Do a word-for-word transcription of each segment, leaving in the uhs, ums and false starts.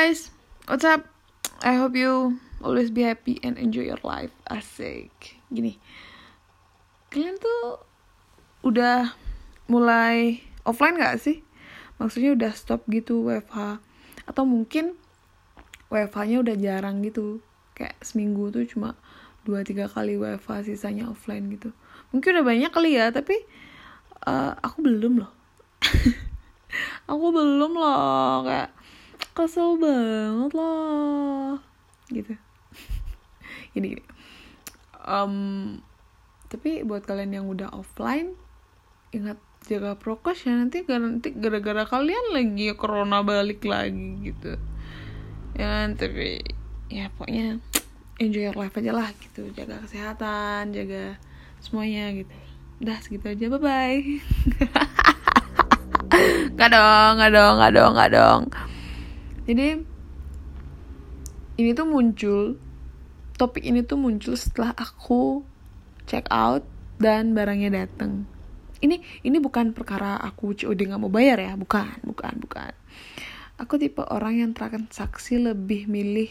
guys, what's up? I hope you always be happy and enjoy your life. Asik. Gini, kalian tuh udah mulai offline gak sih? Maksudnya udah stop gitu W F H. Atau mungkin W F H-nya udah jarang gitu. Kayak seminggu tuh cuma dua tiga kali W F H, sisanya offline gitu. Mungkin udah banyak kali ya, tapi uh, aku belum loh. Aku belum loh, kayak kesel banget loh gitu. Gini, gini. Um, tapi buat kalian yang udah offline, ingat jaga prokes ya, nanti nanti gara-gara kalian lagi corona balik lagi gitu ya. Tapi ya pokoknya enjoy your life aja lah gitu, jaga kesehatan, jaga semuanya gitu. Udah segitu aja, bye bye. Gak dong, gak dong, gak dong, gak dong. Jadi ini tuh muncul, topik ini tuh muncul setelah aku check out dan barangnya datang. Ini ini bukan perkara aku C O D nggak mau bayar ya, bukan, bukan, bukan. Aku tipe orang yang transaksi lebih milih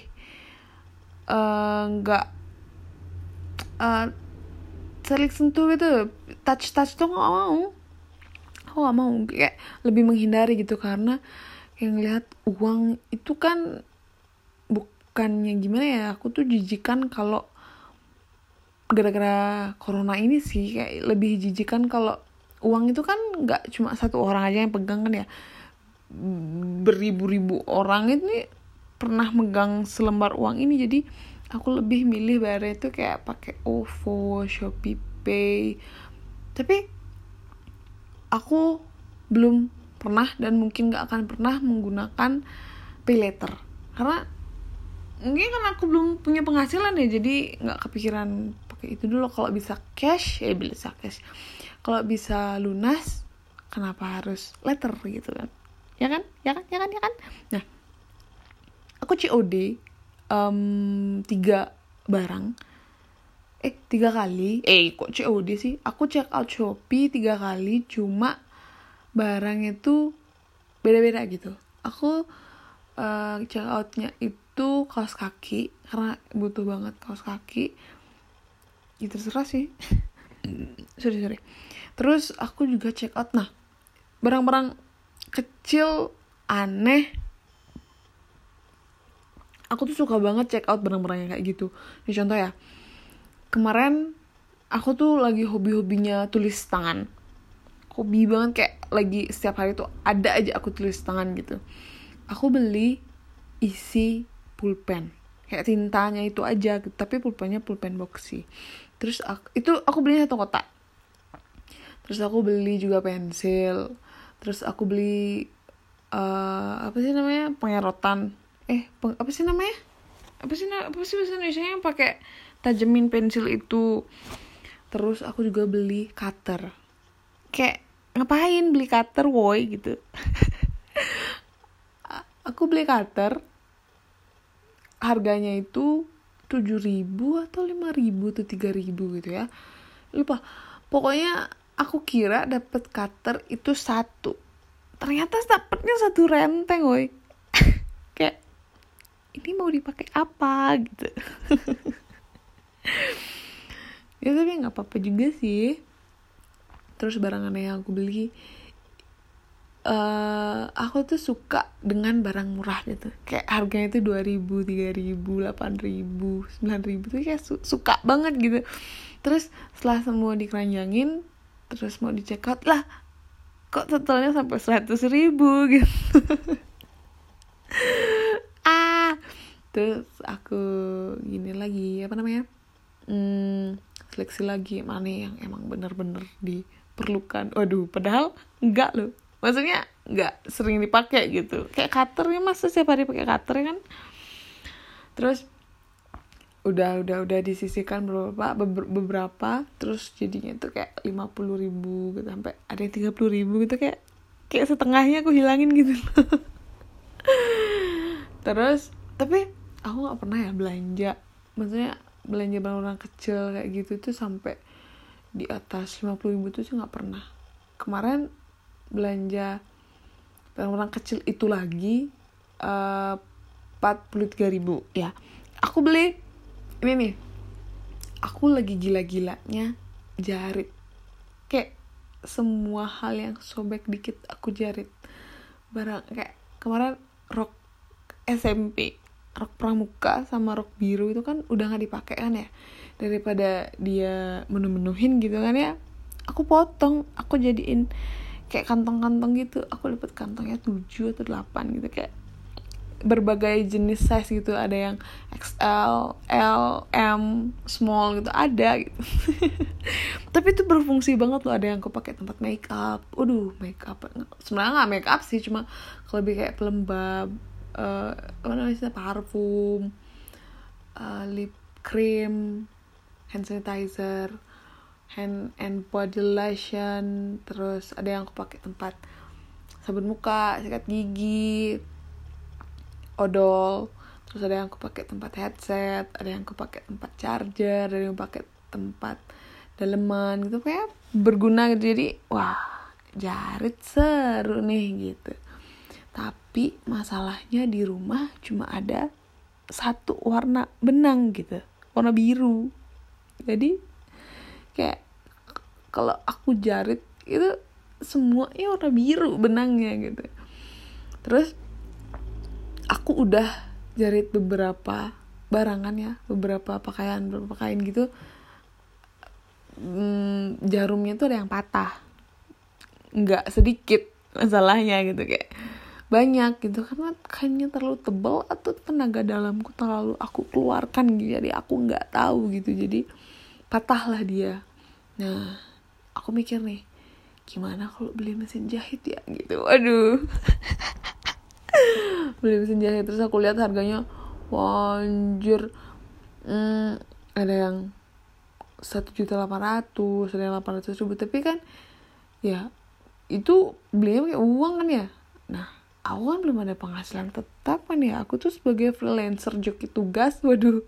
nggak uh, uh, saling sentuh gitu, touch touch tuh nggak mau. Aku nggak mau, kayak lebih menghindari gitu, karena yang ngelihat uang itu kan bukannya gimana ya, aku tuh jijikan kalau gara-gara corona ini sih, kayak lebih jijikan kalau uang itu kan nggak cuma satu orang aja yang pegang kan ya, beribu-ribu orang ini pernah megang selembar uang ini. Jadi aku lebih milih bayarnya itu kayak pakai O V O, Shopee Pay. Tapi aku belum pernah dan mungkin gak akan pernah menggunakan pay later, karena mungkin kan aku belum punya penghasilan ya, jadi gak kepikiran pakai itu dulu. Kalau bisa cash ya bisa cash, kalau bisa lunas kenapa harus letter gitu kan, ya kan ya kan ya kan ya kan Nah, aku C O D um, tiga barang eh tiga kali eh kok C O D sih, aku check out Shopee tiga kali, cuma barang itu beda-beda gitu. Aku uh, check outnya itu kaos kaki, karena butuh banget kaos kaki. Ya terserah sih. sorry sorry Terus aku juga check out, nah barang-barang kecil aneh, aku tuh suka banget check out barang-barang yang kayak gitu. Ini contoh ya, kemarin aku tuh lagi hobi-hobinya tulis tangan, hobi banget, kayak lagi setiap hari tuh ada aja aku tulis tangan gitu. Aku beli isi pulpen, kayak tintanya itu aja, tapi pulpennya pulpen boxy. Terus aku, itu aku beli satu kotak. Terus aku beli juga pensil. Terus aku beli uh, apa sih namanya, pengerotan. Eh, peng, apa sih namanya? Apa sih apa sih bahasa Indonesianya yang pakai tajemin pensil itu. Terus aku juga beli cutter. Kayak ngapain beli cutter woi gitu. Aku beli cutter, harganya itu tujuh ribu atau lima ribu atau tiga ribu gitu ya, lupa. Pokoknya aku kira dapet cutter itu satu, ternyata dapetnya satu renteng woi. Kayak ini mau dipakai apa gitu. Ya tapi nggak apa-apa juga sih. Terus barang aneh yang aku beli, uh, aku tuh suka dengan barang murah gitu, kayak harganya itu dua ribu, tiga ribu, delapan ribu, sembilan ribu tuh kayak su- suka banget gitu. Terus setelah semua dikeranjangin, terus mau di check out lah, kok totalnya sampai seratus ribu gitu. ah Terus aku gini lagi, apa namanya, hmm, seleksi lagi mana yang emang bener-bener diperlukan. Waduh, padahal enggak loh, maksudnya enggak sering dipakai gitu. Kayak cutternya masa setiap hari pakai cutter kan. Terus udah udah udah disisihkan beberapa beberapa terus jadinya tuh kayak lima puluh ribu gitu, sampai ada yang tiga puluh ribu gitu, kayak kayak setengahnya aku hilangin gitu. Terus tapi aku nggak pernah ya belanja, maksudnya belanja barang-barang kecil kayak gitu tuh sampai di atas lima puluh ribu tuh sih nggak pernah. Kemarin belanja barang-barang kecil itu lagi uh, empat puluh tiga ribu ya. Aku beli ini nih, aku lagi gila-gilanya jarit, kayak semua hal yang sobek dikit aku jarit. Barang kayak kemarin rok S M P, rok pramuka sama rok biru itu kan udah nggak dipakai kan ya, daripada dia menu-menuhin gitu kan ya, aku potong, aku jadiin kayak kantong-kantong gitu. Aku dapat kantongnya tujuh atau delapan gitu, kayak berbagai jenis size gitu, ada yang X L, L, M, small gitu, ada gitu. Tapi itu berfungsi banget loh. Ada yang aku pakai tempat make up. Waduh, make up sebenarnya nggak make up sih, cuma lebih kayak pelembab, uh, apa namanya, parfum, uh, lip cream, hand sanitizer, hand and body lotion. Terus ada yang aku pakai tempat sabun muka, sikat gigi, odol. Terus ada yang aku pakai tempat headset, ada yang aku pakai tempat charger, ada yang pakai tempat daleman gitu, kayak berguna gitu. Jadi wah, jarit seru nih gitu. Tapi masalahnya di rumah cuma ada satu warna benang gitu, warna biru. Jadi kayak kalau aku jarit itu semuanya warna biru benangnya gitu. Terus aku udah jarit beberapa barangan ya, beberapa pakaian, beberapa kain gitu. Hmm, jarumnya tuh ada yang patah, nggak sedikit masalahnya gitu, kayak banyak gitu, karena kainnya terlalu tebal atau tenaga dalamku terlalu aku keluarkan gitu, jadi aku nggak tahu gitu, jadi patahlah dia. Nah, aku mikir nih, gimana kalau beli mesin jahit ya gitu. Waduh. Beli mesin jahit, terus aku lihat harganya, wah anjir, hmm, ada yang satu juta delapan ratus, ada yang delapan ratus ribu. Tapi kan ya itu belinya pakai uang kan ya. Nah, aku kan belum ada penghasilan tetap kan ya, aku tuh sebagai freelancer joki tugas, waduh.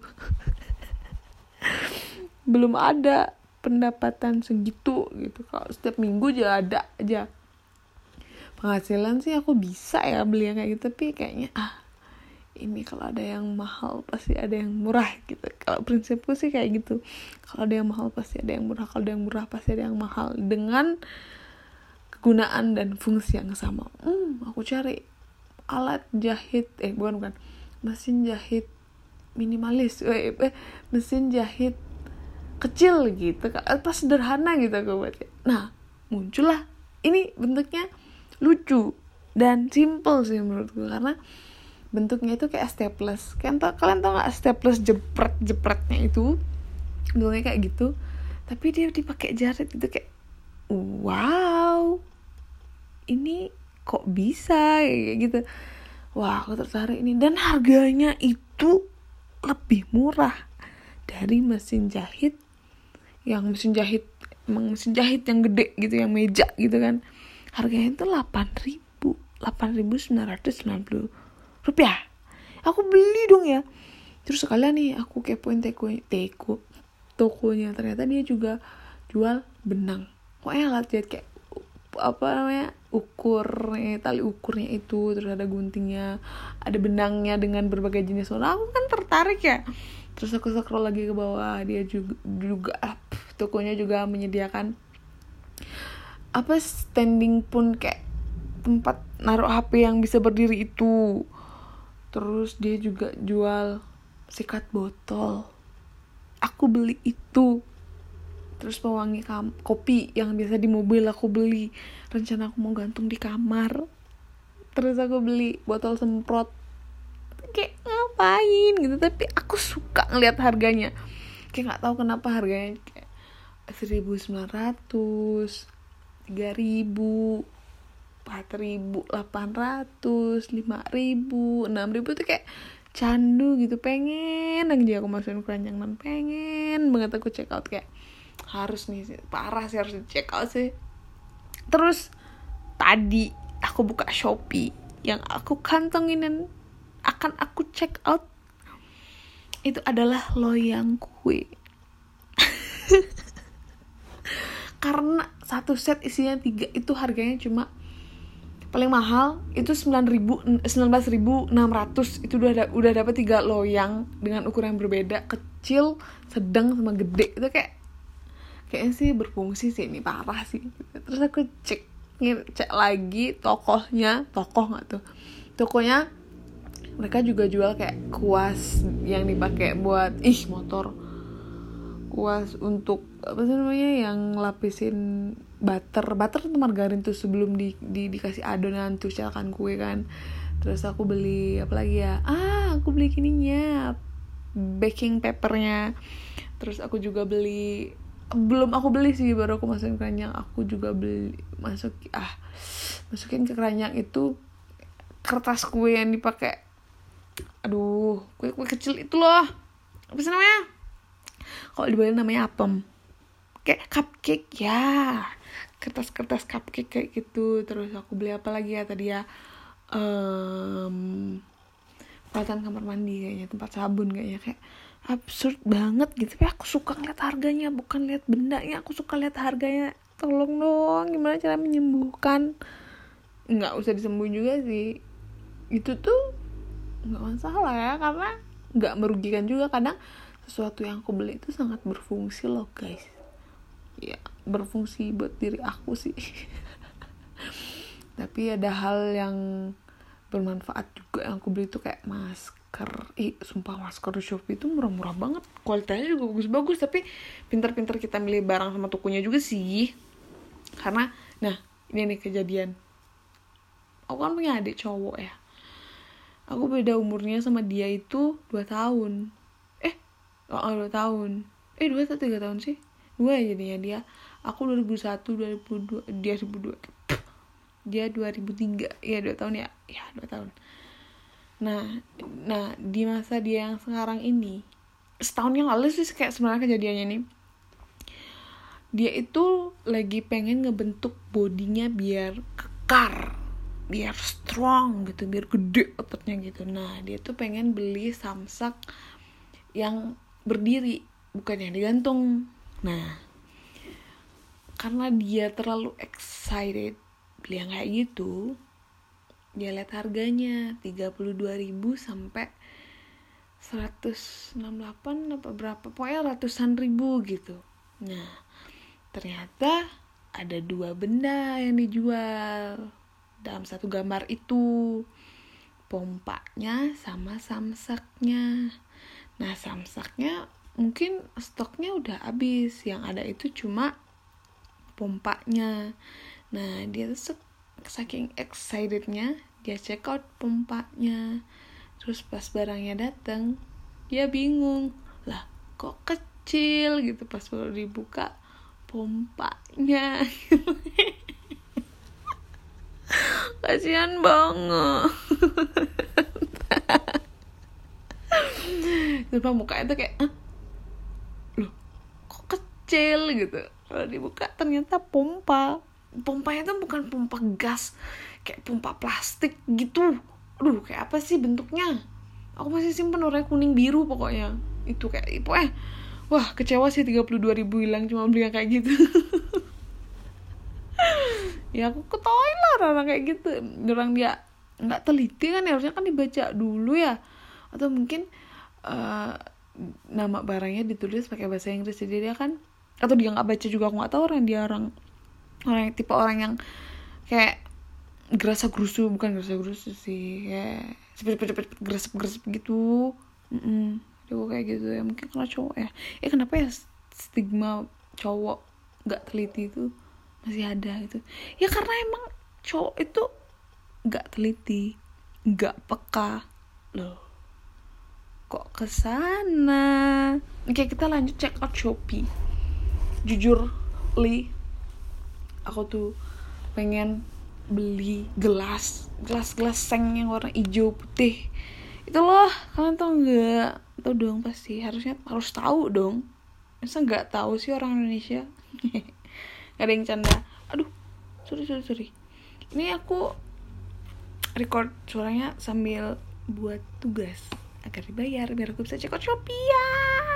Belum ada pendapatan segitu gitu. Kalau setiap minggu aja ada aja penghasilan sih, aku bisa ya beli yang kayak gitu. Tapi kayaknya ah, ini kalau ada yang mahal pasti ada yang murah gitu. Kalau prinsipku sih kayak gitu, kalau ada yang mahal pasti ada yang murah, kalau ada yang murah pasti ada yang mahal, dengan kegunaan dan fungsi yang sama. Hmm, aku cari alat jahit, eh bukan bukan, mesin jahit minimalis, eh, eh mesin jahit kecil gitu, apa sederhana gitu aku buat. Nah, muncullah ini, bentuknya lucu dan simple sih menurutku, karena bentuknya itu kayak staples. Kalian tau, kalian tau nggak staples jepret-jepretnya itu bentuknya kayak gitu, tapi dia dipakai jarit itu, kayak wow, ini kok bisa kayak gitu. Wah, aku tertarik ini, dan harganya itu lebih murah dari mesin jahit yang mesin jahit emang mesin jahit yang gede gitu, yang meja gitu kan. Harganya itu delapan ribu sembilan ratus sembilan puluh rupiah. Aku beli dong ya. Terus sekalian nih aku kepoin teko teko tokonya, ternyata dia juga jual benang. Pokoknya alat jahit kayak apa namanya, ukurnya, tali ukurnya itu, terus ada guntingnya, ada benangnya dengan berbagai jenis warna. Aku kan tertarik ya. Terus aku scroll lagi ke bawah, dia juga juga tokonya juga menyediakan apa, standing pun, kayak tempat naruh H P yang bisa berdiri itu. Terus dia juga jual sikat botol, aku beli itu. Terus pewangi kam- kopi yang biasa di mobil aku beli, rencana aku mau gantung di kamar. Terus aku beli botol semprot, kayak ngapain gitu, tapi aku suka ngeliat harganya. Kayak nggak tahu kenapa harganya kayak seribu sembilan ratus, tiga ribu, empat ribu, delapan ratus, lima ribu, enam ribu tuh kayak candu gitu. Pengen aja aku masukin keranjang, dan pengen banget aku check out, kayak harus nih, parah sih, harus di check out sih. Terus tadi aku buka Shopee, yang aku kantongin dan akan aku check out itu adalah loyang kue. Karena satu set isinya tiga, itu harganya cuma paling mahal itu sembilan ribu sembilan belas ribu enam ratus. Itu udah da- udah dapat tiga loyang dengan ukuran yang berbeda, kecil, sedang sama gede. Itu kayak kayaknya sih berfungsi sih, ini parah sih. Terus aku cek cek lagi tokohnya, tokoh nggak tuh tokonya, mereka juga jual kayak kuas yang dipakai buat ih motor, kuas untuk apa sih namanya, yang lapisin butter butter atau margarin tuh sebelum di, di dikasih adonan tuh cetakan kue kan. Terus aku beli apa lagi ya, ah aku beli kininya, baking papernya. Terus aku juga beli, belum aku beli sih, baru aku masukin keranjang. Aku juga beli masuk ah masukin ke keranjang itu kertas kue yang dipakai, aduh kue kue kecil itu loh, apa sih namanya, kalau di Bali namanya apem, kayak cupcake ya, kertas-kertas cupcake kayak gitu. Terus aku beli apa lagi ya tadi ya, um, peralatan kamar mandi kayaknya, tempat sabun kayaknya, kayak absurd banget gitu. Tapi aku suka ngeliat harganya, bukan lihat bendanya, aku suka lihat harganya. Tolong dong, gimana cara menyembuhkan? Nggak usah disembuhin juga sih, itu tuh nggak masalah ya, karena nggak merugikan juga. Kadang sesuatu yang aku beli itu sangat berfungsi loh guys, ya berfungsi buat diri aku sih. Tapi ada hal yang bermanfaat juga yang aku beli tuh, kayak masker. Ih sumpah masker di Shopee itu murah-murah banget, kualitasnya juga bagus-bagus. Tapi pintar-pintar kita milih barang sama tokonya juga sih. Karena nah ini nih kejadian, aku kan punya adik cowok ya, aku beda umurnya sama dia itu dua tahun. Eh oh dua tahun eh dua atau tiga tahun sih, dua ya jadinya. Dia aku dua ribu satu, dua ribu dua, dia dua ribu dua, dia dua ribu tiga, ya dua tahun ya, ya dua tahun. Nah, nah di masa dia yang sekarang ini, setahun yang lalu sih kayak sebenarnya kejadiannya nih, dia itu lagi pengen ngebentuk bodinya biar kekar, biar strong gitu, biar gede ototnya gitu. Nah dia tuh pengen beli samsak yang berdiri, bukan yang digantung. Nah karena dia terlalu excited beli yang kayak gitu, dia lihat harganya tiga puluh dua ribu sampai seratus enam puluh delapan apa berapa, pokoknya ratusan ribu gitu. Nah ternyata ada dua benda yang dijual dalam satu gambar itu, pompanya sama samsaknya. Nah samsaknya mungkin stoknya udah habis, yang ada itu cuma pompanya. Nah dia tuh saking excitednya dia check out pompanya. Terus pas barangnya datang dia bingung, lah kok kecil gitu. Pas baru dibuka pompanya kasihan banget. Sumpah mukanya tuh kayak ah, loh kok kecil gitu. Kalau dibuka ternyata pompa. Pompanya tuh bukan pompa gas, kayak pompa plastik gitu. Aduh kayak apa sih bentuknya, aku masih simpen warna kuning biru pokoknya. Itu kayak pokoknya wah kecewa sih, tiga puluh dua ribu hilang cuma beli yang kayak gitu. Ya aku ketawain lah orang kayak gitu. Orang dia nggak teliti kan, harusnya kan dibaca dulu ya. Atau mungkin uh, nama barangnya ditulis pakai bahasa Inggris, jadi dia kan, atau dia nggak baca juga, aku nggak tahu. Orang dia orang orang tipe orang yang kayak gerasa gerusu, bukan gerasa gerusu sih, kayak cepet-cepet gerasa gerasa gitu. Mm dia kayak gitu ya, mungkin karena cowok ya. Eh kenapa ya stigma cowok nggak teliti itu masih ada gitu ya, karena emang cowok itu nggak teliti, nggak peka loh. Kok kesana? Oke kita lanjut check out Shopee. Jujur li, aku tuh pengen beli gelas gelas gelas seng yang warna hijau putih itu loh. Kalian tau nggak? Tahu dong pasti, harusnya harus tahu dong. Masa nggak tahu sih orang Indonesia? Gak ada yang canda. Aduh, sorry sorry sorry. Ini aku record suaranya sambil buat tugas agar dibayar biar aku bisa check out Shopee ya.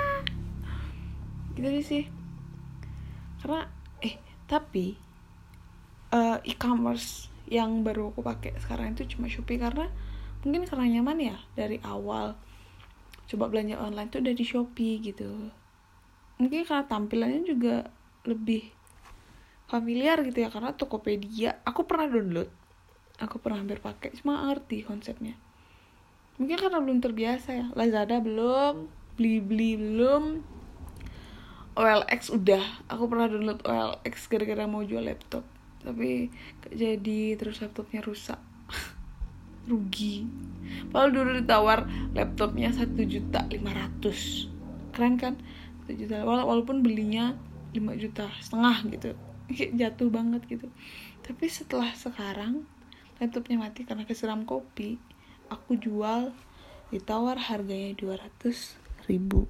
Gitu sih. Karena eh tapi uh, e-commerce yang baru aku pakai sekarang itu cuma Shopee, karena mungkin karena nyaman ya dari awal coba belanja online tuh udah di Shopee gitu. Mungkin karena tampilannya juga lebih familiar gitu ya, karena Tokopedia aku pernah download, aku pernah hampir pakai, cuma ngerti konsepnya. Mungkin karena belum terbiasa ya. Lazada belum, Blibli belum, O L X udah. Aku pernah download O L X gara-gara mau jual laptop, tapi gak jadi, terus laptopnya rusak. Rugi. Padahal dulu ditawar laptopnya satu juta lima ratus. Keren kan? satu juta. Walaupun belinya lima juta setengah gitu. Jatuh banget gitu. Tapi setelah sekarang laptopnya mati karena kesiram kopi, aku jual ditawar harganya dua ratus ribu.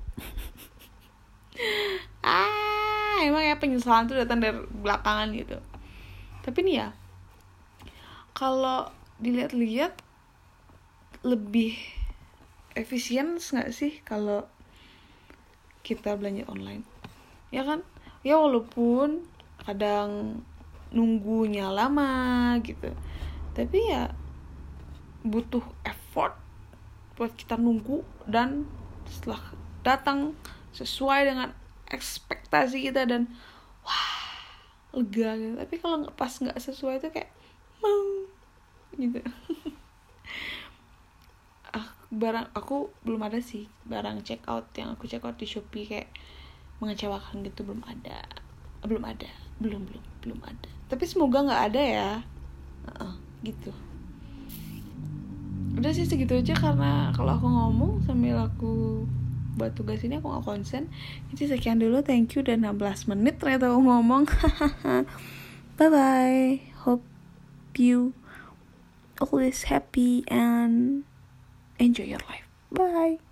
Ah, emang ya penyesalan tuh datang dari belakangan gitu. Tapi nih ya, kalau dilihat-lihat lebih efisien nggak sih kalau kita belanja online? Ya kan? Ya walaupun kadang nunggunya lama gitu, tapi ya butuh effort buat kita nunggu, dan setelah datang sesuai dengan ekspektasi kita dan wah lega gitu. Tapi kalau nggak pas nggak sesuai itu kayak mau gitu. ah, barang aku belum ada sih barang check out yang aku check out di Shopee kayak mengecewakan gitu, belum ada belum ada belum belum belum ada. Tapi semoga nggak ada ya. uh-uh, gitu. Udah sih segitu aja, karena kalau aku ngomong sambil aku buat tugas ini aku gak konsen. Jadi sekian dulu, thank you. Dan enam belas menit ternyata aku ngomong. Bye bye, hope you always happy and enjoy your life. Bye.